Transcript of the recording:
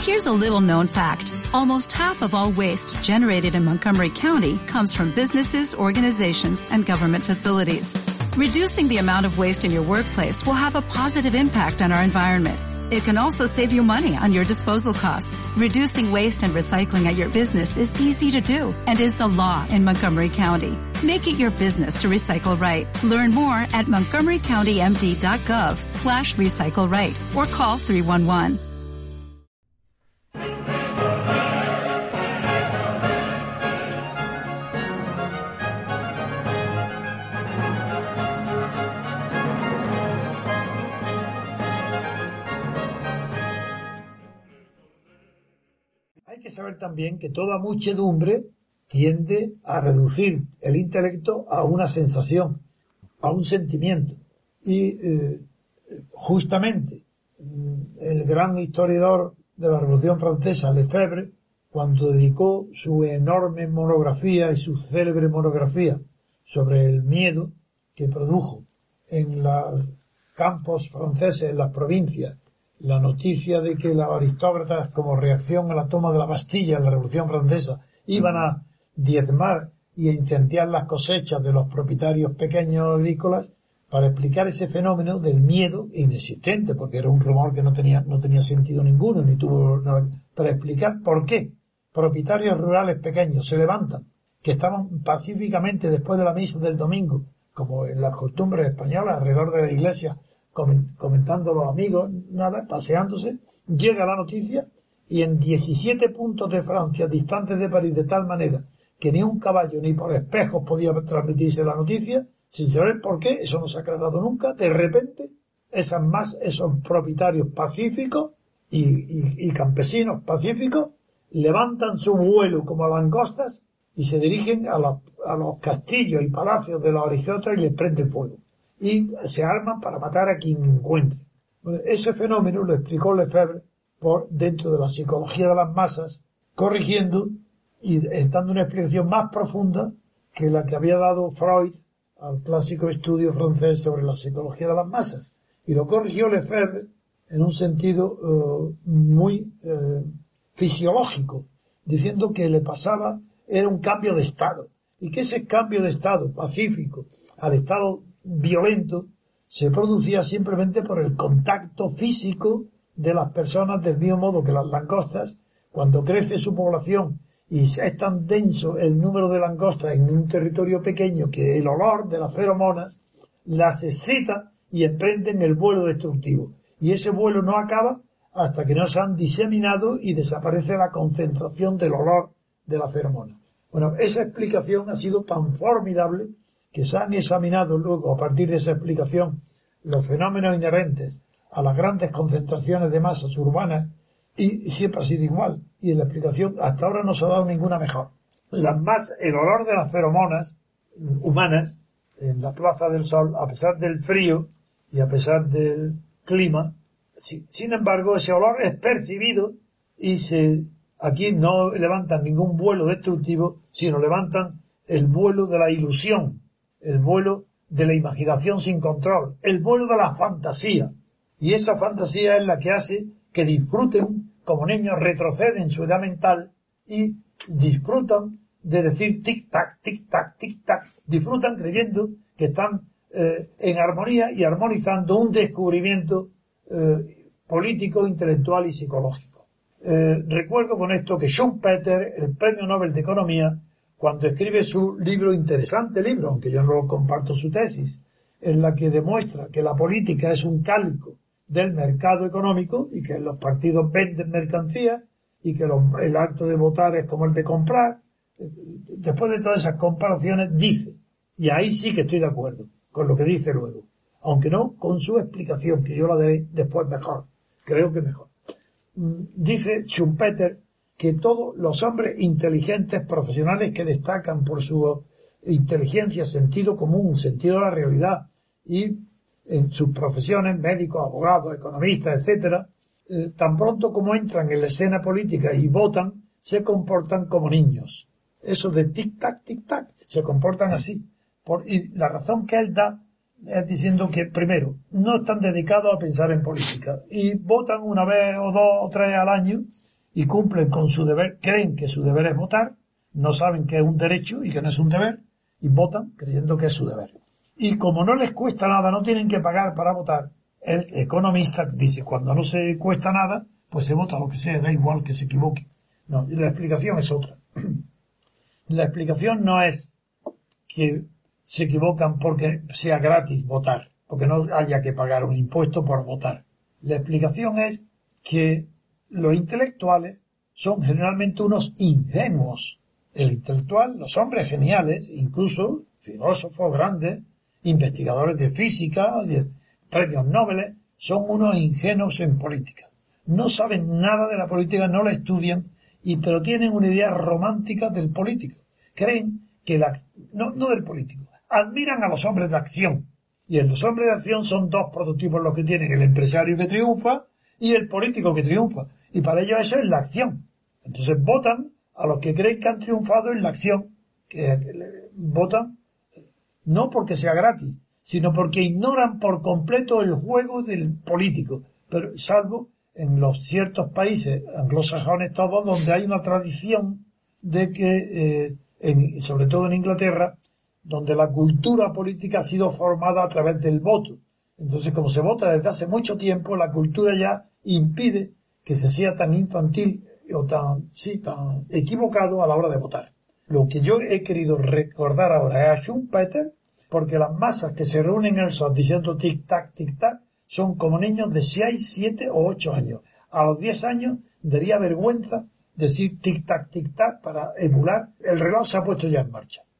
Here's a little known fact. Almost half of all waste generated in Montgomery County comes from businesses, organizations, and government facilities. Reducing the amount of waste in your workplace will have a positive impact on our environment. It can also save you money on your disposal costs. Reducing waste and recycling at your business is easy to do and is the law in Montgomery County. Make it your business to recycle right. Learn more at montgomerycountymd.gov/recycle right or call 311. Hay que saber también que toda muchedumbre tiende a reducir el intelecto a una sensación, a un sentimiento. Y justamente el gran historiador de la Revolución Francesa, Lefebvre, cuando dedicó su enorme monografía y su célebre monografía sobre el miedo que produjo en los campos franceses, en las provincias, la noticia de que los aristócratas, como reacción a la toma de la Bastilla en la Revolución Francesa, iban a diezmar y a incendiar las cosechas de los propietarios pequeños agrícolas, para explicar ese fenómeno del miedo inexistente, porque era un rumor que no tenía sentido ninguno, ni tuvo nada, para explicar por qué propietarios rurales pequeños se levantan, que estaban pacíficamente después de la misa del domingo, como en las costumbres españolas, alrededor de la iglesia, comentando los amigos, nada, paseándose, llega la noticia y en 17 puntos de Francia, distantes de París, de tal manera que ni un caballo ni por espejos podía transmitirse la noticia, sin saber por qué, eso no se ha aclarado nunca, de repente esos propietarios pacíficos y campesinos pacíficos levantan su vuelo como langostas y se dirigen a los castillos y palacios de los aristócratas y les prenden fuego. Y se arman para matar a quien encuentre. Bueno, ese fenómeno lo explicó Lefebvre dentro de la psicología de las masas, corrigiendo y dando una explicación más profunda que la que había dado Freud al clásico estudio francés sobre la psicología de las masas. Y lo corrigió Lefebvre en un sentido muy fisiológico, diciendo que le pasaba, era un cambio de estado, y que ese cambio de estado pacífico al estado violento se producía simplemente por el contacto físico de las personas, del mismo modo que las langostas, cuando crece su población y es tan denso el número de langostas en un territorio pequeño que el olor de las feromonas las excita y emprenden el vuelo destructivo. Y ese vuelo no acaba hasta que no se han diseminado y desaparece la concentración del olor de la feromona. Bueno, esa explicación ha sido tan formidable que se han examinado luego, a partir de esa explicación, los fenómenos inherentes a las grandes concentraciones de masas urbanas, y siempre ha sido igual. Y en la explicación hasta ahora no se ha dado ninguna mejor. El olor de las feromonas humanas en la Plaza del Sol, a pesar del frío y a pesar del clima, sin embargo, ese olor es percibido y aquí no levantan ningún vuelo destructivo, sino levantan el vuelo de la ilusión, el vuelo de la imaginación sin control, el vuelo de la fantasía. Y esa fantasía es la que hace que disfruten, como niños retroceden su edad mental y disfrutan de decir tic-tac, tic-tac, tic-tac. Disfrutan creyendo que están en armonía y armonizando un descubrimiento político, intelectual y psicológico. Recuerdo con esto que Schumpeter, el premio Nobel de Economía, cuando escribe su interesante libro, aunque yo no comparto su tesis, en la que demuestra que la política es un calco del mercado económico y que los partidos venden mercancías y que el acto de votar es como el de comprar, después de todas esas comparaciones dice, y ahí sí que estoy de acuerdo con lo que dice luego, aunque no con su explicación, que yo la daré después mejor, creo que mejor. Dice Schumpeter que todos los hombres inteligentes profesionales que destacan por su inteligencia, sentido común, sentido de la realidad y en sus profesiones, médicos, abogados, economistas, etcétera, tan pronto como entran en la escena política y votan, se comportan como niños. Eso de tic-tac, tic-tac, se comportan así. Y la razón que él da es diciendo que, primero, no están dedicados a pensar en política y votan una vez o dos o tres al año y cumplen con su deber, creen que su deber es votar, no saben que es un derecho y que no es un deber, y votan creyendo que es su deber. Y como no les cuesta nada, no tienen que pagar para votar, el economista dice, cuando no se cuesta nada, pues se vota lo que sea, da igual que se equivoque. No, y la explicación es otra. La explicación no es que se equivocan porque sea gratis votar, porque no haya que pagar un impuesto por votar. La explicación es que los intelectuales son generalmente unos ingenuos. El intelectual, los hombres geniales, incluso filósofos grandes, investigadores de física, de premios Nobel, son unos ingenuos en política. No saben nada de la política, no la estudian, pero tienen una idea romántica del político. Creen que no del político, admiran a los hombres de acción. Y en los hombres de acción son dos prototipos los que tienen, el empresario que triunfa y el político que triunfa. Y para ellos eso es la acción. Entonces votan a los que creen que han triunfado en la acción, que votan no porque sea gratis, sino porque ignoran por completo el juego del político, pero salvo en los ciertos países anglosajones todos donde hay una tradición de que, sobre todo en Inglaterra, donde la cultura política ha sido formada a través del voto. Entonces, como se vota desde hace mucho tiempo, la cultura ya impide que se sea tan infantil o tan equivocado a la hora de votar. Lo que yo he querido recordar ahora es a Schumpeter, porque las masas que se reúnen en el sol diciendo tic-tac, son como niños de 6, 7 o 8 años. A los 10 años daría vergüenza decir tic-tac para emular. El reloj se ha puesto ya en marcha.